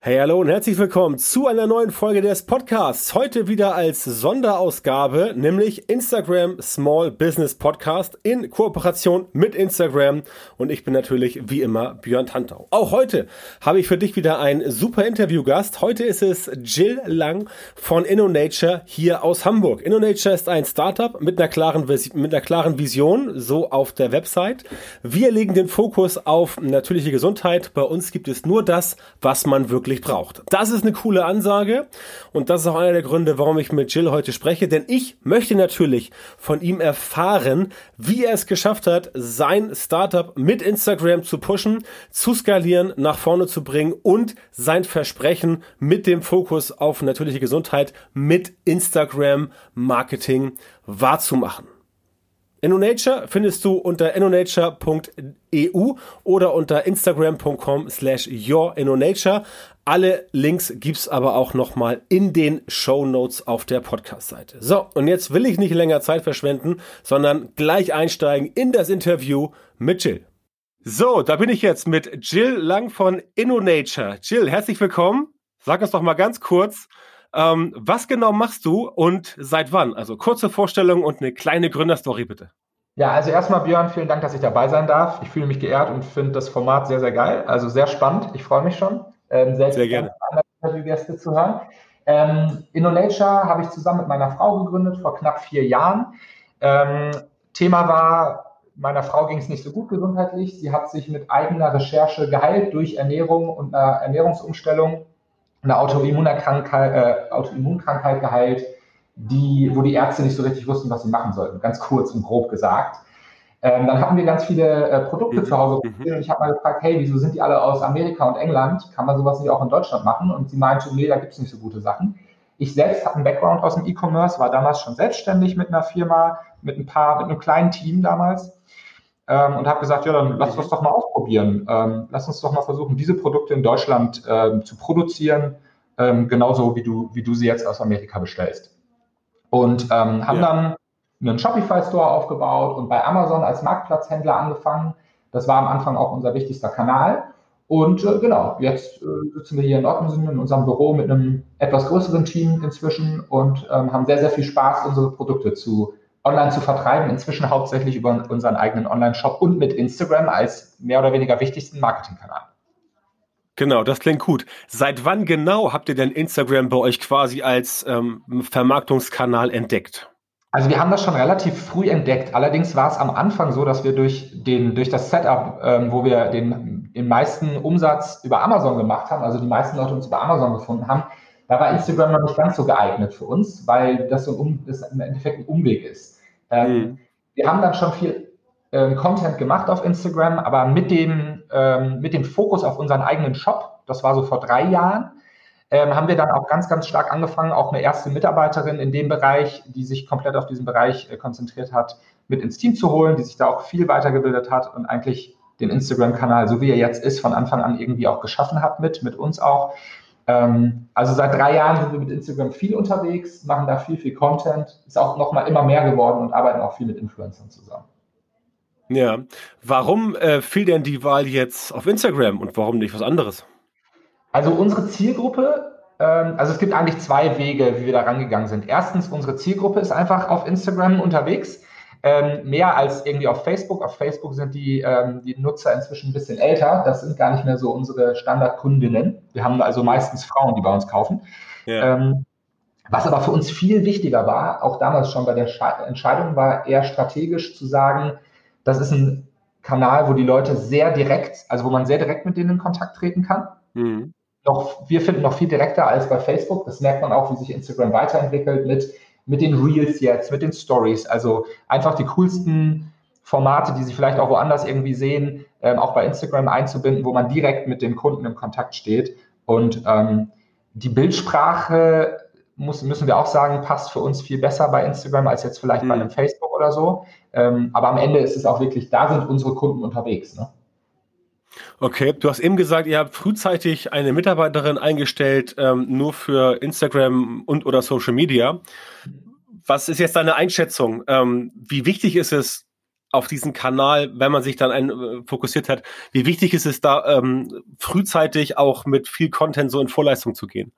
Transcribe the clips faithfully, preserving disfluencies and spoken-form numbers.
Hey, hallo und herzlich willkommen zu einer neuen Folge des Podcasts. Heute wieder als Sonderausgabe, nämlich Instagram Small Business Podcast in Kooperation mit Instagram. Und ich bin natürlich wie immer Björn Tantau. Auch heute habe ich für dich wieder einen super Interviewgast. Heute ist es Jill Lang von InnoNature hier aus Hamburg. InnoNature ist ein Startup mit einer klaren, mit einer klaren Vision, so auf der Website. Wir legen den Fokus auf natürliche Gesundheit. Bei uns gibt es nur das, was man wirklich braucht. Das ist eine coole Ansage und das ist auch einer der Gründe, warum ich mit Jill heute spreche, denn ich möchte natürlich von ihm erfahren, wie er es geschafft hat, sein Startup mit Instagram zu pushen, zu skalieren, nach vorne zu bringen und sein Versprechen mit dem Fokus auf natürliche Gesundheit mit Instagram Marketing wahrzumachen. InnoNature findest du unter innonature punkt e u oder unter instagram punkt com slash yourinnonature. Alle Links gibt's aber auch nochmal in den Shownotes auf der Podcast-Seite. So, und jetzt will ich nicht länger Zeit verschwenden, sondern gleich einsteigen in das Interview mit Jill. So, da bin ich jetzt mit Jill Lang von InnoNature. Jill, herzlich willkommen. Sag uns doch mal ganz kurz, Ähm, was genau machst du und seit wann? Also kurze Vorstellung und eine kleine Gründerstory bitte. Ja, also erstmal Björn, vielen Dank, dass ich dabei sein darf. Ich fühle mich geehrt und finde das Format sehr, sehr geil. Also sehr spannend. Ich freue mich schon, ähm, selbst sehr gerne andere Interviewgäste zu hören. Ähm, InnoNature habe ich zusammen mit meiner Frau gegründet vor knapp vier Jahren. Ähm, Thema war, meiner Frau ging es nicht so gut gesundheitlich. Sie hat sich mit eigener Recherche geheilt durch Ernährung und einer Ernährungsumstellung, eine Autoimmunerkrankheit, äh, Autoimmunkrankheit geheilt, die, wo die Ärzte nicht so richtig wussten, was sie machen sollten, ganz kurz und grob gesagt. Ähm, dann hatten wir ganz viele äh, Produkte mhm. zu Hause und ich habe mal gefragt, hey, wieso sind die alle aus Amerika und England? Kann man sowas nicht auch in Deutschland machen? Und sie meinte, nee, da gibt es nicht so gute Sachen. Ich selbst habe einen Background aus dem E-Commerce, war damals schon selbstständig mit einer Firma, mit ein paar, mit einem kleinen Team damals. Ähm, und habe gesagt, ja, dann lass uns doch mal ausprobieren. Ähm, lass uns doch mal versuchen, diese Produkte in Deutschland ähm, zu produzieren, ähm, genauso wie du, wie du sie jetzt aus Amerika bestellst. Und ähm, haben ja. dann einen Shopify-Store aufgebaut und bei Amazon als Marktplatzhändler angefangen. Das war am Anfang auch unser wichtigster Kanal. Und äh, genau, jetzt äh, sitzen wir hier in Ottensen in unserem Büro mit einem etwas größeren Team inzwischen und ähm, haben sehr, sehr viel Spaß, unsere Produkte zu online zu vertreiben, inzwischen hauptsächlich über unseren eigenen Online-Shop und mit Instagram als mehr oder weniger wichtigsten Marketingkanal. Genau, das klingt gut. Seit wann genau habt ihr denn Instagram bei euch quasi als ähm, Vermarktungskanal entdeckt? Also wir haben das schon relativ früh entdeckt. Allerdings war es am Anfang so, dass wir durch, den, durch das Setup, ähm, wo wir den, den meisten Umsatz über Amazon gemacht haben, also die meisten Leute uns über Amazon gefunden haben, da war Instagram noch nicht ganz so geeignet für uns, weil das so ein, das im Endeffekt ein Umweg ist. Ähm, mhm. Wir haben dann schon viel ähm, Content gemacht auf Instagram, aber mit dem, ähm, mit dem Fokus auf unseren eigenen Shop, das war so vor drei Jahren, ähm, haben wir dann auch ganz, ganz stark angefangen, auch eine erste Mitarbeiterin in dem Bereich, die sich komplett auf diesen Bereich äh, konzentriert hat, mit ins Team zu holen, die sich da auch viel weitergebildet hat und eigentlich den Instagram-Kanal, so wie er jetzt ist, von Anfang an irgendwie auch geschaffen hat mit, mit uns auch. Also seit drei Jahren sind wir mit Instagram viel unterwegs, machen da viel, viel Content, ist auch nochmal immer mehr geworden und arbeiten auch viel mit Influencern zusammen. Ja, warum äh, fiel denn die Wahl jetzt auf Instagram und warum nicht was anderes? Also unsere Zielgruppe, ähm, also es gibt eigentlich zwei Wege, wie wir da rangegangen sind. Erstens, unsere Zielgruppe ist einfach auf Instagram unterwegs. Ähm, mehr als irgendwie auf Facebook. Auf Facebook sind die, ähm, die Nutzer inzwischen ein bisschen älter. Das sind gar nicht mehr so unsere Standardkundinnen. Wir haben also meistens Frauen, die bei uns kaufen. Ja. Ähm, was aber für uns viel wichtiger war, auch damals schon bei der Sche- Entscheidung, war eher strategisch zu sagen, das ist ein Kanal, wo die Leute sehr direkt, also wo man sehr direkt mit denen in Kontakt treten kann. Mhm. Noch, wir finden noch viel direkter als bei Facebook. Das merkt man auch, wie sich Instagram weiterentwickelt mit mit den Reels jetzt, mit den Stories, also einfach die coolsten Formate, die Sie vielleicht auch woanders irgendwie sehen, ähm, auch bei Instagram einzubinden, wo man direkt mit den Kunden im Kontakt steht. Und ähm, die Bildsprache, muss, müssen wir auch sagen, passt für uns viel besser bei Instagram als jetzt vielleicht mhm. bei einem Facebook oder so. Ähm, aber am Ende ist es auch wirklich, da sind unsere Kunden unterwegs, ne? Okay, du hast eben gesagt, ihr habt frühzeitig eine Mitarbeiterin eingestellt, ähm, nur für Instagram und oder Social Media. Was ist jetzt deine Einschätzung? Ähm, wie wichtig ist es, auf diesen Kanal, wenn man sich dann ein, äh, fokussiert hat, wie wichtig ist es da, ähm, frühzeitig auch mit viel Content so in Vorleistung zu gehen?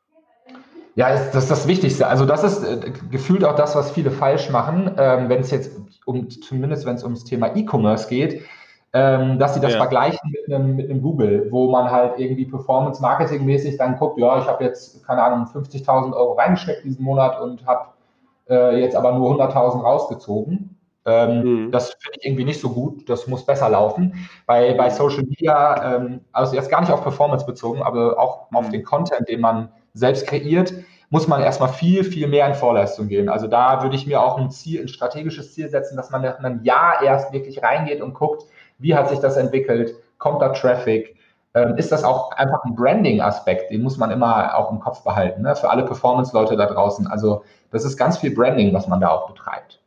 Ja, das ist das Wichtigste. Also das ist äh, gefühlt auch das, was viele falsch machen, ähm, wenn es jetzt um, zumindest wenn es ums Thema E-Commerce geht, ähm, dass sie das Ja. vergleichen mit einem, mit einem Google, wo man halt irgendwie Performance-Marketing-mäßig dann guckt, ja, ich habe jetzt, keine Ahnung, fünfzigtausend Euro reingesteckt diesen Monat und habe äh, jetzt aber nur hunderttausend rausgezogen. Ähm, Mhm. das finde ich irgendwie nicht so gut, das muss besser laufen. Bei, bei Social Media, ähm, also jetzt gar nicht auf Performance bezogen, aber auch auf Mhm. den Content, den man selbst kreiert, muss man erstmal viel, viel mehr in Vorleistung gehen. Also da würde ich mir auch ein Ziel, ein strategisches Ziel setzen, dass man nach einem Jahr erst wirklich reingeht und guckt, wie hat sich das entwickelt, kommt da Traffic, ähm, ist das auch einfach ein Branding-Aspekt, den muss man immer auch im Kopf behalten, ne? Für alle Performance-Leute da draußen. Also das ist ganz viel Branding, was man da auch betreibt.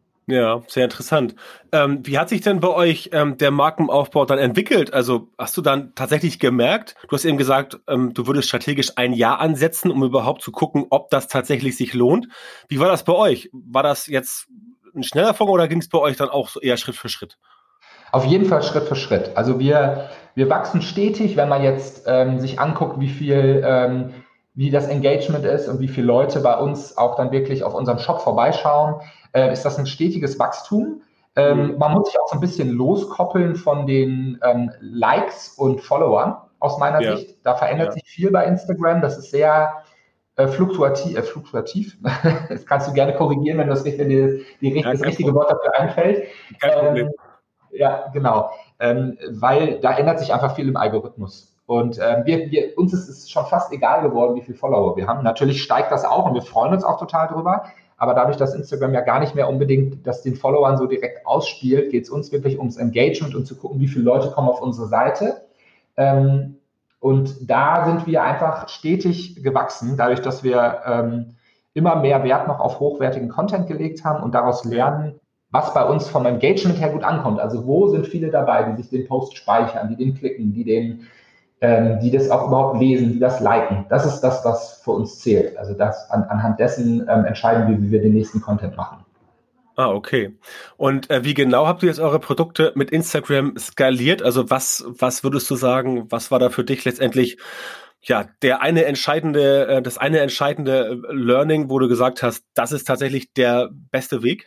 Ja, sehr interessant. Ähm, wie hat sich denn bei euch ähm, der Markenaufbau dann entwickelt? Also hast du dann tatsächlich gemerkt, du hast eben gesagt, ähm, du würdest strategisch ein Jahr ansetzen, um überhaupt zu gucken, ob das tatsächlich sich lohnt. Wie war das bei euch? War das jetzt ein schneller Vorgang oder ging es bei euch dann auch so eher Schritt für Schritt? Auf jeden Fall Schritt für Schritt. Also wir, wir wachsen stetig, wenn man jetzt ähm, sich anguckt, wie viel, ähm, wie das Engagement ist und wie viele Leute bei uns auch dann wirklich auf unserem Shop vorbeischauen, äh, ist das ein stetiges Wachstum. Ähm, Mhm. man muss sich auch so ein bisschen loskoppeln von den ähm, Likes und Followern aus meiner Ja, Sicht. Da verändert ja, sich viel bei Instagram. Das ist sehr äh, fluktuativ. Äh, fluktuativ. Das kannst du gerne korrigieren, wenn das, wenn dir die, ja, das kein, richtige Pro Wort dafür einfällt. kein Ähm, Problem. ja, genau. Ähm, weil da ändert sich einfach viel im Algorithmus. Und ähm, wir, wir, uns ist es schon fast egal geworden, wie viele Follower wir haben. Natürlich steigt das auch und wir freuen uns auch total drüber. Aber dadurch, dass Instagram ja gar nicht mehr unbedingt das den Followern so direkt ausspielt, geht es uns wirklich ums Engagement und zu gucken, wie viele Leute kommen auf unsere Seite. Ähm, und da sind wir einfach stetig gewachsen, dadurch, dass wir ähm, immer mehr Wert noch auf hochwertigen Content gelegt haben und daraus Ja. lernen, was bei uns vom Engagement her gut ankommt. Also wo sind viele dabei, die sich den Post speichern, die den klicken, die den, ähm, die das auch überhaupt lesen, die das liken. Das ist das, was für uns zählt. Also das an, anhand dessen ähm, entscheiden wir, wie wir den nächsten Content machen. Ah, okay. Und äh, wie genau habt ihr jetzt eure Produkte mit Instagram skaliert? Also was, was würdest du sagen, was war da für dich letztendlich ja der eine entscheidende, äh, das eine entscheidende äh, Learning, wo du gesagt hast, das ist tatsächlich der beste Weg?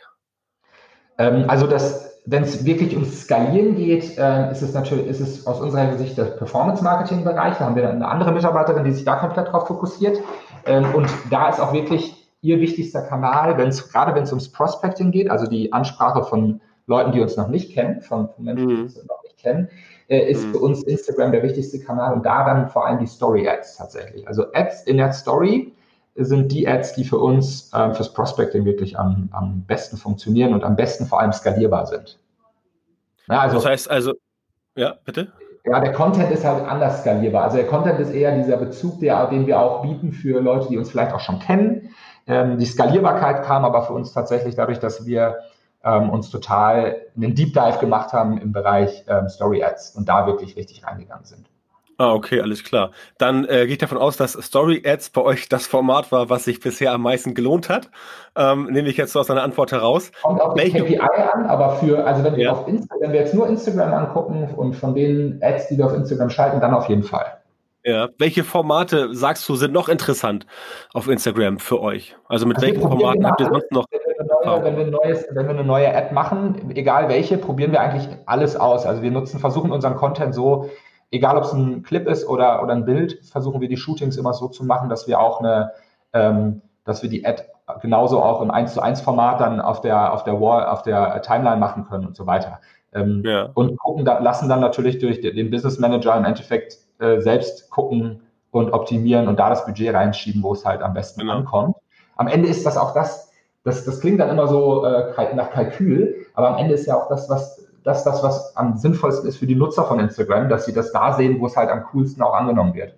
Ähm, also das, wenn es wirklich ums Skalieren geht, äh, ist es natürlich, ist es aus unserer Sicht der Performance-Marketing-Bereich. Da haben wir eine andere Mitarbeiterin, die sich da komplett drauf fokussiert. Ähm, und da ist auch wirklich ihr wichtigster Kanal, wenn es, gerade wenn es ums Prospecting geht, also die Ansprache von Leuten, die uns noch nicht kennen, von, von Menschen, die Mhm. uns noch nicht kennen, äh, ist für Mhm. uns Instagram der wichtigste Kanal und da dann vor allem die Story-Ads tatsächlich. Also Ads in der Story sind die Ads, die für uns äh, fürs Prospecting wirklich am, am besten funktionieren und am besten vor allem skalierbar sind. Ja, Das also heißt also, ja, bitte? ja, der Content ist halt anders skalierbar. Also der Content ist eher dieser Bezug, der, den wir auch bieten für Leute, die uns vielleicht auch schon kennen. Ähm, die Skalierbarkeit kam aber für uns tatsächlich dadurch, dass wir ähm, uns total einen Deep Dive gemacht haben im Bereich ähm, Story Ads und da wirklich richtig reingegangen sind. Ah, okay, alles klar. Dann äh, gehe ich davon aus, dass Story Ads bei euch das Format war, was sich bisher am meisten gelohnt hat. Ähm, nehme ich jetzt so aus deiner Antwort heraus. Kommt auf den Welche, K P I an, aber für, also wenn wir ja? auf Insta, wenn wir jetzt nur Instagram angucken und von den Ads, die wir auf Instagram schalten, dann auf jeden Fall. Ja. Welche Formate, sagst du, sind noch interessant auf Instagram für euch? Also mit Also wir welchen probieren Formaten immer habt ihr alles, sonst noch wenn wir eine neue, Erfahrung? wenn wir ein neues, wenn wir eine neue Ad machen, egal welche, probieren wir eigentlich alles aus. Also wir nutzen, versuchen unseren Content so, egal ob es ein Clip ist oder, oder ein Bild, versuchen wir die Shootings immer so zu machen, dass wir auch eine, ähm, dass wir die Ad genauso auch im eins zu eins Format dann auf der, auf der Wall, auf der Timeline machen können und so weiter. Ähm, Ja, und gucken, da, lassen dann natürlich durch den Business Manager im Endeffekt äh, selbst gucken und optimieren und da das Budget reinschieben, wo es halt am besten genau. ankommt. Am Ende ist das auch das, das, das klingt dann immer so äh, nach Kalkül, aber am Ende ist ja auch das, was das, das, was am sinnvollsten ist für die Nutzer von Instagram, dass sie das da sehen, wo es halt am coolsten auch angenommen wird.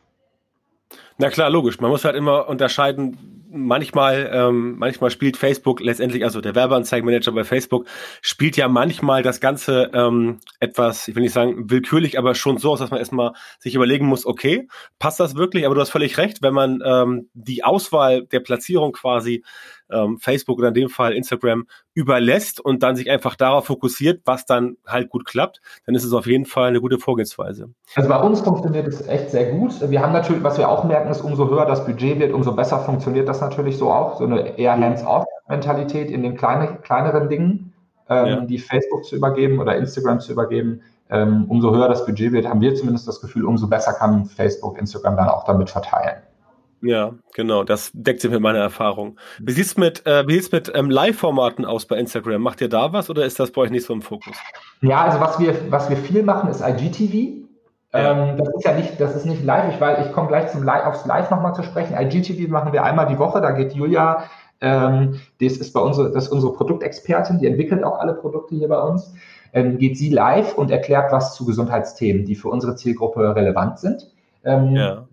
Na klar, logisch. Man muss halt immer unterscheiden. Manchmal, ähm, manchmal spielt Facebook letztendlich, also der Werbeanzeigenmanager bei Facebook spielt ja manchmal das Ganze ähm, etwas, ich will nicht sagen willkürlich, aber schon so aus, dass man erstmal sich überlegen muss, okay, passt das wirklich? Aber du hast völlig recht, wenn man ähm, die Auswahl der Platzierung quasi ähm, Facebook oder in dem Fall Instagram überlässt und dann sich einfach darauf fokussiert, was dann halt gut klappt, dann ist es auf jeden Fall eine gute Vorgehensweise. Also bei uns funktioniert es echt sehr gut. Wir haben natürlich, was wir auch merken, ist, umso höher das Budget wird, umso besser funktioniert das natürlich so auch. So eine eher Hands-off-Mentalität in den kleine, kleineren Dingen, ähm, ja. die Facebook zu übergeben oder Instagram zu übergeben. Ähm, umso höher das Budget wird, haben wir zumindest das Gefühl, umso besser kann Facebook, Instagram dann auch damit verteilen. Ja, genau, das deckt sich mit meiner Erfahrung. Wie sieht es mit, äh, wie sieht's mit ähm, Live-Formaten aus bei Instagram? Macht ihr da was oder ist das bei euch nicht so im Fokus? Ja, also was wir, was wir viel machen, ist I G T V. Ja. Ähm, das ist ja nicht, das ist nicht live, ich, weil ich komme gleich zum Live, aufs Live nochmal zu sprechen. I G T V machen wir einmal die Woche, da geht Julia, ähm, das ist bei uns, das ist unsere Produktexpertin, die entwickelt auch alle Produkte hier bei uns, ähm, geht sie live und erklärt was zu Gesundheitsthemen, die für unsere Zielgruppe relevant sind. Ähm, ja.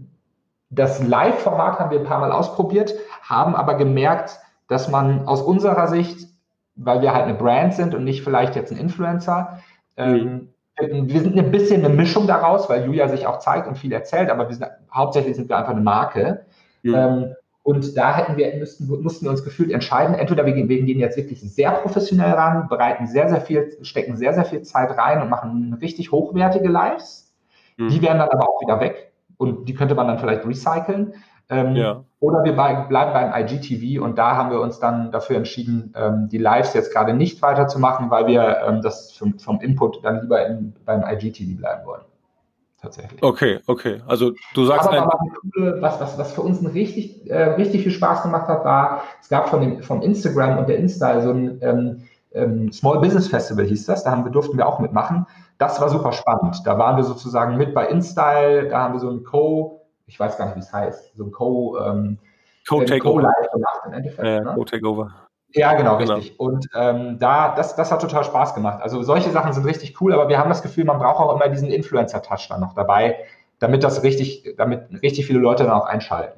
Das Live-Format haben wir ein paar Mal ausprobiert, haben aber gemerkt, dass man aus unserer Sicht, weil wir halt eine Brand sind und nicht vielleicht jetzt ein Influencer, mhm. ähm, wir sind ein bisschen eine Mischung daraus, weil Julia sich auch zeigt und viel erzählt, aber wir sind, hauptsächlich sind wir einfach eine Marke. Mhm. Ähm, und da hätten wir, müssten, mussten wir uns gefühlt entscheiden, entweder wir gehen, wir gehen jetzt wirklich sehr professionell ran, bereiten sehr, sehr viel, stecken sehr, sehr viel Zeit rein und machen richtig hochwertige Lives. Mhm. Die werden dann aber auch wieder weg. Und die könnte man dann vielleicht recyceln. Ähm, ja. Oder wir bei, bleiben beim I G T V und da haben wir uns dann dafür entschieden, ähm, die Lives jetzt gerade nicht weiterzumachen, weil wir ähm, das vom, vom Input dann lieber in, beim I G T V bleiben wollen. Tatsächlich. Okay, okay. Also du sagst aber, aber coole, was, was, was für uns ein richtig, äh, richtig viel Spaß gemacht hat, war, es gab von dem, vom Instagram und der Insta so ein ähm, ähm, Small Business Festival hieß das, da haben wir, durften wir auch mitmachen. Das war super spannend. Da waren wir sozusagen mit bei InStyle, da haben wir so ein Co, ich weiß gar nicht, wie es heißt, so ein Co, ähm, Co-Takeover gemacht im Endeffekt. Ja, ne? Co-Takeover. Ja, genau, genau, richtig. Und ähm, da, das, das hat total Spaß gemacht. Also solche Sachen sind richtig cool, aber wir haben das Gefühl, man braucht auch immer diesen Influencer-Touch dann noch dabei, damit das richtig, damit richtig viele Leute dann auch einschalten.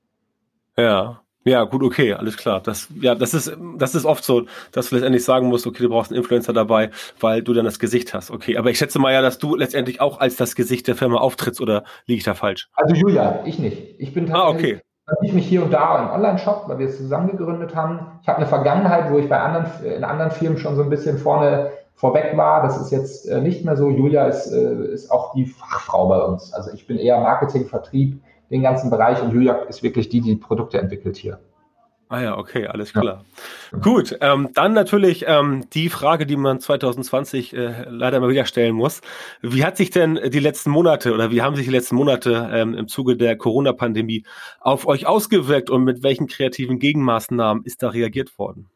Ja. Ja, gut, okay, alles klar. Das, ja, das ist, das ist oft so, dass du letztendlich sagen musst, okay, du brauchst einen Influencer dabei, weil du dann das Gesicht hast. Okay, aber ich schätze mal ja, dass du letztendlich auch als das Gesicht der Firma auftrittst, oder liege ich da falsch? Also Julia, ich nicht. Ich bin tatsächlich, ah, okay. ich mich hier und da im Online-Shop, weil wir es zusammen gegründet haben. Ich habe eine Vergangenheit, wo ich bei anderen, in anderen Firmen schon so ein bisschen vorne vorweg war. Das ist jetzt nicht mehr so. Julia ist, ist auch die Fachfrau bei uns. Also ich bin eher Marketing, Vertrieb, den ganzen Bereich, und Julia ist wirklich die, die Produkte entwickelt hier. Ah ja, okay, alles klar. Ja. Gut, ähm, dann natürlich ähm, die Frage, die man zwanzig zwanzig äh, leider mal wieder stellen muss. Wie hat sich denn die letzten Monate oder wie haben sich die letzten Monate ähm, im Zuge der Corona-Pandemie auf euch ausgewirkt und mit welchen kreativen Gegenmaßnahmen ist da reagiert worden?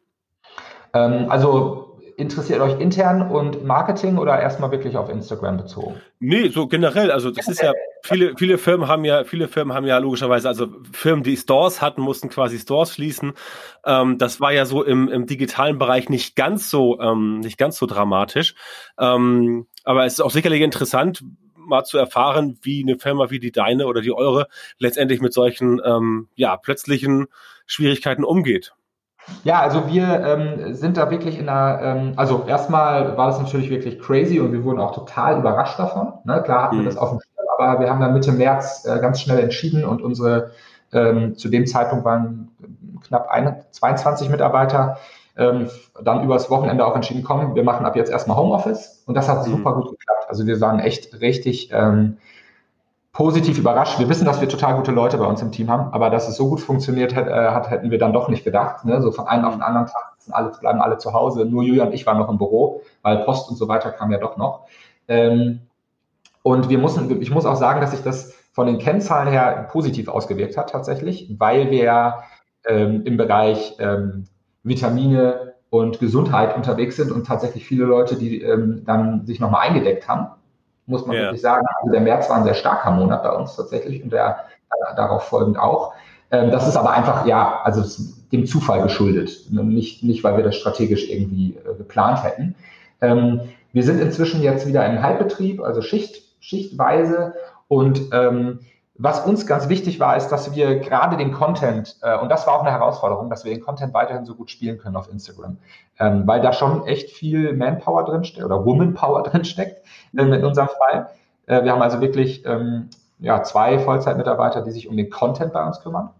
Ähm, also interessiert euch intern und Marketing oder erstmal wirklich auf Instagram bezogen? Nee, so generell. Also das ist ja, viele, viele Firmen haben ja, viele Firmen haben ja logischerweise, also Firmen, die Stores hatten, mussten quasi Stores schließen. Ähm, das war ja so im, im digitalen Bereich nicht ganz so, ähm, nicht ganz so dramatisch. Ähm, aber es ist auch sicherlich interessant, mal zu erfahren, wie eine Firma wie die deine oder die eure letztendlich mit solchen, ähm, ja, plötzlichen Schwierigkeiten umgeht. Ja, also wir ähm, sind da wirklich in einer, ähm, also erstmal war das natürlich wirklich crazy und wir wurden auch total überrascht davon. Ne? Klar hatten mhm. wir das auf dem Schirm, aber wir haben dann Mitte März äh, ganz schnell entschieden und unsere, ähm, zu dem Zeitpunkt waren knapp eine, zweiundzwanzig Mitarbeiter, ähm, dann übers Wochenende auch entschieden, komm, wir machen ab jetzt erstmal Homeoffice, und das hat mhm. super gut geklappt. Also wir waren echt richtig ähm, positiv überrascht. Wir wissen, dass wir total gute Leute bei uns im Team haben, aber dass es so gut funktioniert hat, äh, hat hätten wir dann doch nicht gedacht. Ne? So von einem auf den anderen Tag sind alle, bleiben alle zu Hause. Nur Julia und ich waren noch im Büro, weil Post und so weiter kam ja doch noch. Ähm, und wir mussten, ich muss auch sagen, dass sich das von den Kennzahlen her positiv ausgewirkt hat tatsächlich, weil wir ähm, im Bereich ähm, Vitamine und Gesundheit unterwegs sind und tatsächlich viele Leute, die ähm, dann sich nochmal eingedeckt haben, muss man ja. wirklich sagen. Also der März war ein sehr starker Monat bei uns tatsächlich und der äh, darauf folgend auch. Ähm, das ist aber einfach, ja, also dem Zufall geschuldet, nicht, nicht weil wir das strategisch irgendwie äh, geplant hätten. Ähm, wir sind inzwischen jetzt wieder im Halbbetrieb, also Schicht, schichtweise, und ähm, was uns ganz wichtig war, ist, dass wir gerade den Content, äh, und das war auch eine Herausforderung, dass wir den Content weiterhin so gut spielen können auf Instagram, ähm, weil da schon echt viel Manpower drinsteckt oder Womanpower drinsteckt, ähm, in unserem Fall. Äh, wir haben also wirklich ähm, ja, zwei Vollzeitmitarbeiter, die sich um den Content bei uns kümmern.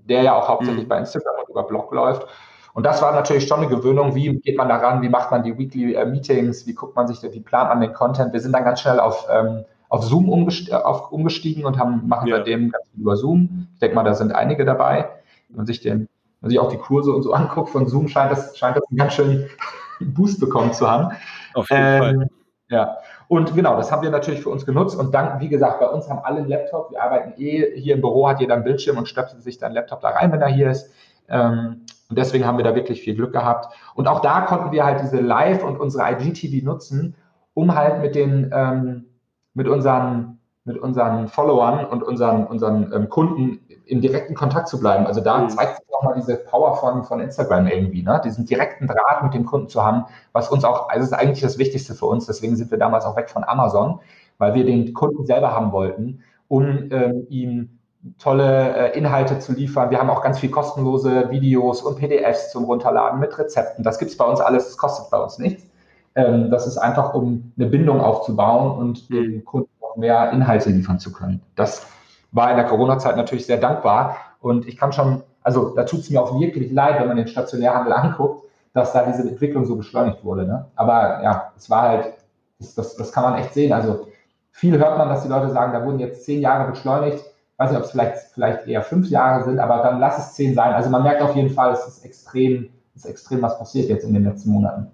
der ja auch hauptsächlich Mhm. bei Instagram und über Blog läuft. Und das war natürlich schon eine Gewöhnung, wie geht man daran, wie macht man die Weekly äh, Meetings, wie guckt man sich, wie plant man den Content. Wir sind dann ganz schnell auf, ähm, auf Zoom umgestiegen, auf, umgestiegen und haben, machen Ja. seitdem ganz viel über Zoom. Ich denke mal, da sind einige dabei. Wenn man sich, den, wenn man sich auch die Kurse und so anguckt von Zoom, scheint das, scheint das einen ganz schönen Boost bekommen zu haben. Auf jeden ähm, Fall. Ja, und genau, das haben wir natürlich für uns genutzt. Und dann, wie gesagt, bei uns haben alle einen Laptop. Wir arbeiten eh, hier im Büro hat jeder einen Bildschirm und stöpselt sich seinen Laptop da rein, wenn er hier ist. Ähm, und deswegen haben wir da wirklich viel Glück gehabt. Und auch da konnten wir halt diese Live- und unsere I G T V nutzen, um halt mit den, ähm, mit unseren, mit unseren Followern und unseren, unseren ähm, Kunden im direkten Kontakt zu bleiben. Also da Mhm. zeigt sich auch mal diese Power von, von Instagram irgendwie, ne? Diesen direkten Draht mit dem Kunden zu haben, was uns auch, also ist eigentlich das Wichtigste für uns. Deswegen sind wir damals auch weg von Amazon, weil wir den Kunden selber haben wollten, um ähm, ihm tolle äh, Inhalte zu liefern. Wir haben auch ganz viel kostenlose Videos und P D Fs zum Runterladen mit Rezepten. Das gibt's bei uns alles, das kostet bei uns nichts. Ähm, das ist einfach, um eine Bindung aufzubauen und Mhm. dem Kunden noch mehr Inhalte liefern zu können. Das war in der Corona-Zeit natürlich sehr dankbar. Und ich kann schon, also da tut es mir auch wirklich leid, wenn man den Stationärhandel anguckt, dass da diese Entwicklung so beschleunigt wurde. Ne? Aber ja, es war halt, das, das, das kann man echt sehen. Also viel hört man, dass die Leute sagen, da wurden jetzt zehn Jahre beschleunigt. Ich weiß nicht, ob es vielleicht, vielleicht eher fünf Jahre sind, aber dann lass es zehn sein. Also man merkt auf jeden Fall, es ist extrem, es ist extrem was passiert jetzt in den letzten Monaten.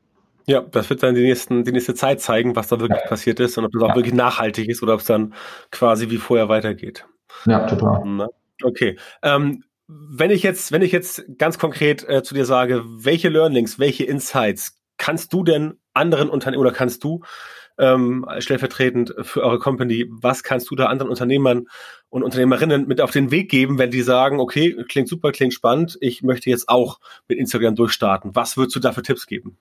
Ja, das wird dann die, nächsten, die nächste Zeit zeigen, was da wirklich Ja. passiert ist und ob das auch Ja. wirklich nachhaltig ist oder ob es dann quasi wie vorher weitergeht. Ja, total. Na, okay. Ähm, wenn ich jetzt, wenn ich jetzt ganz konkret äh, zu dir sage, welche Learnings, welche Insights kannst du denn anderen Unternehmen oder kannst du ähm, stellvertretend für eure Company, was kannst du da anderen Unternehmern und Unternehmerinnen mit auf den Weg geben, wenn die sagen, okay, klingt super, klingt spannend, ich möchte jetzt auch mit Instagram durchstarten. Was würdest du da für Tipps geben?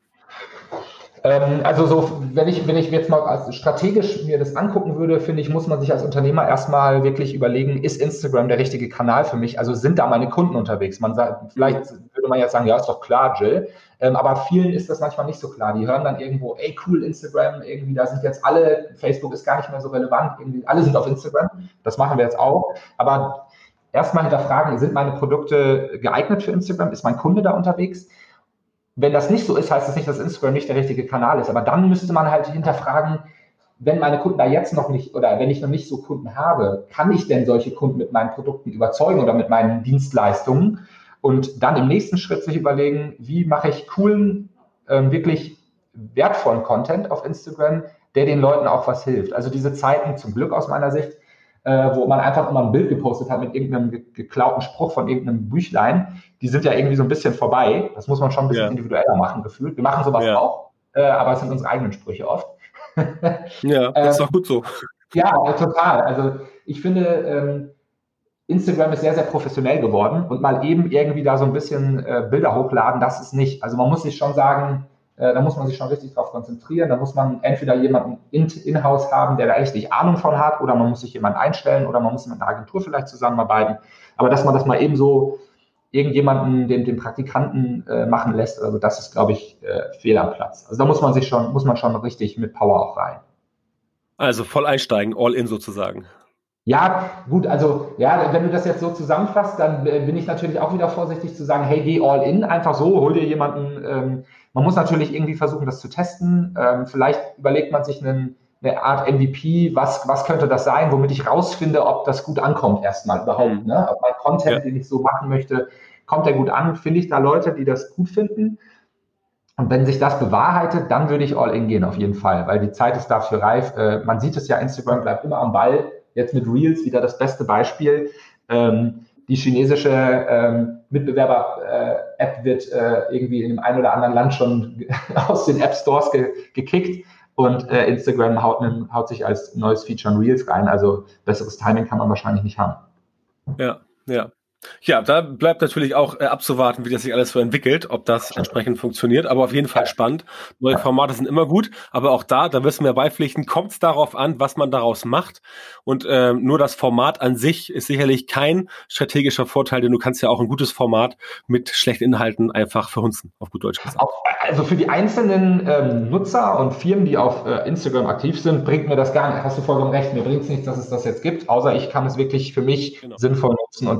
Ähm, also so, wenn ich, wenn ich jetzt mal als strategisch mir das angucken würde, finde ich, muss man sich als Unternehmer erstmal wirklich überlegen, ist Instagram der richtige Kanal für mich? Also sind da meine Kunden unterwegs? Man sagt, vielleicht würde man jetzt sagen, ja, ist doch klar, Jill. Ähm, aber vielen ist das manchmal nicht so klar. Die hören dann irgendwo, ey, cool, Instagram, irgendwie, da sind jetzt alle, Facebook ist gar nicht mehr so relevant, irgendwie, alle sind auf Instagram. Das machen wir jetzt auch. Aber erstmal hinterfragen, sind meine Produkte geeignet für Instagram? Ist mein Kunde da unterwegs? Wenn das nicht so ist, heißt das nicht, dass Instagram nicht der richtige Kanal ist. Aber dann müsste man halt hinterfragen, wenn meine Kunden da jetzt noch nicht oder wenn ich noch nicht so Kunden habe, kann ich denn solche Kunden mit meinen Produkten überzeugen oder mit meinen Dienstleistungen? Und dann im nächsten Schritt sich überlegen, wie mache ich coolen, ähm, wirklich wertvollen Content auf Instagram, der den Leuten auch was hilft. Also diese Zeiten zum Glück aus meiner Sicht, äh, wo man einfach immer ein Bild gepostet hat mit irgendeinem ge- geklauten Spruch von irgendeinem Büchlein, die sind ja irgendwie so ein bisschen vorbei. Das muss man schon ein bisschen Ja. individueller machen, gefühlt. Wir machen sowas Ja. auch, äh, aber es sind unsere eigenen Sprüche oft. Ja, das ist Ähm, auch gut so. Ja, äh, total. Also ich finde, ähm, Instagram ist sehr, sehr professionell geworden und mal eben irgendwie da so ein bisschen äh, Bilder hochladen, das ist nicht. Also man muss sich schon sagen, äh, da muss man sich schon richtig drauf konzentrieren. Da muss man entweder jemanden in, in-house haben, der da richtig Ahnung von hat, oder man muss sich jemanden einstellen oder man muss mit einer Agentur vielleicht zusammenarbeiten. Aber dass man das mal eben so irgendjemanden, den, den Praktikanten äh, machen lässt, also das ist, glaube ich, äh, fehl am Platz. Also da muss man sich schon, muss man schon richtig mit Power auch rein. Also voll einsteigen, all in sozusagen. Ja, gut, also ja, wenn du das jetzt so zusammenfasst, dann äh, bin ich natürlich auch wieder vorsichtig zu sagen, hey, geh all in, einfach so, hol dir jemanden. Ähm, man muss natürlich irgendwie versuchen, das zu testen. Ähm, vielleicht überlegt man sich einen, eine Art M V P, was, was könnte das sein, womit ich rausfinde, ob das gut ankommt erstmal überhaupt. Mhm. Ne? Ob mein Content, Ja. den ich so machen möchte, kommt der gut an? Finde ich da Leute, die das gut finden? Und wenn sich das bewahrheitet, dann würde ich all in gehen, auf jeden Fall, weil die Zeit ist dafür reif. Äh, man sieht es ja, Instagram bleibt immer am Ball. Jetzt mit Reels wieder das beste Beispiel. Ähm, die chinesische ähm, Mitbewerber-App äh, wird äh, irgendwie in dem einen oder anderen Land schon aus den App-Stores ge gekickt und äh, Instagram haut, einen, haut sich als neues Feature in Reels rein. Also besseres Timing kann man wahrscheinlich nicht haben. Ja, ja. Ja, da bleibt natürlich auch äh, abzuwarten, wie das sich alles so entwickelt, ob das entsprechend funktioniert, aber auf jeden Fall spannend. Neue Formate sind immer gut, aber auch da, da wirst du mir beipflichten, kommt es darauf an, was man daraus macht. Und ähm, nur das Format an sich ist sicherlich kein strategischer Vorteil, denn du kannst ja auch ein gutes Format mit schlechten Inhalten einfach verhunzen, auf gut Deutsch gesagt. Auch, also für die einzelnen ähm, Nutzer und Firmen, die auf äh, Instagram aktiv sind, bringt mir das gar nicht. Hast du vollkommen recht, mir bringt es nichts, dass es das jetzt gibt, außer ich kann es wirklich für mich Genau. sinnvoll nutzen und den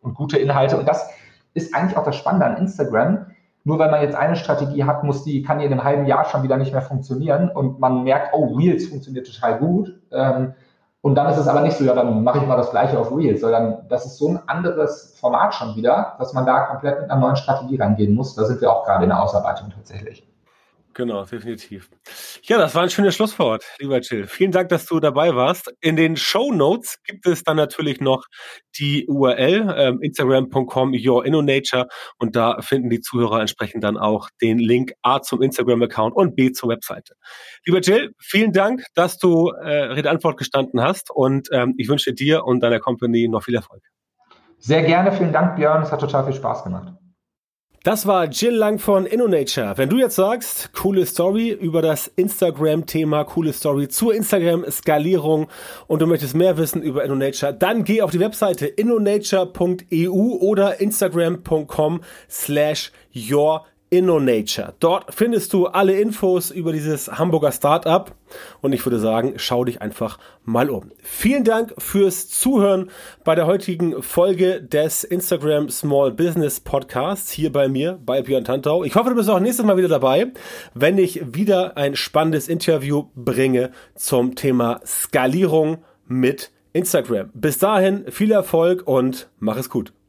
und gute Inhalte. Und das ist eigentlich auch das Spannende an Instagram. Nur weil man jetzt eine Strategie hat, muss die, kann die in einem halben Jahr schon wieder nicht mehr funktionieren und man merkt, oh, Reels funktioniert total gut. Ähm, und dann ist es aber nicht so, ja, dann mache ich mal das Gleiche auf Reels, sondern das ist so ein anderes Format schon wieder, dass man da komplett mit einer neuen Strategie rangehen muss. Da sind wir auch gerade in der Ausarbeitung tatsächlich. Genau, definitiv. Ja, das war ein schönes Schlusswort, lieber Jill. Vielen Dank, dass du dabei warst. In den Shownotes gibt es dann natürlich noch die U R L, ähm, instagram punkt com yourinnonature, und da finden die Zuhörer entsprechend dann auch den Link A zum Instagram-Account und B zur Webseite. Lieber Jill, vielen Dank, dass du äh, Rede-Antwort gestanden hast, und ähm, ich wünsche dir und deiner Company noch viel Erfolg. Sehr gerne, vielen Dank, Björn. Es hat total viel Spaß gemacht. Das war Jill Lang von InnoNature. Wenn du jetzt sagst, coole Story über das Instagram-Thema, coole Story zur Instagram-Skalierung und du möchtest mehr wissen über InnoNature, dann geh auf die Webseite innonature punkt e u oder instagram punkt com slash your InnoNature. Dort findest du alle Infos über dieses Hamburger Startup und ich würde sagen, schau dich einfach mal um. Vielen Dank fürs Zuhören bei der heutigen Folge des Instagram Small Business Podcasts hier bei mir, bei Björn Tantau. Ich hoffe, du bist auch nächstes Mal wieder dabei, wenn ich wieder ein spannendes Interview bringe zum Thema Skalierung mit Instagram. Bis dahin viel Erfolg und mach es gut.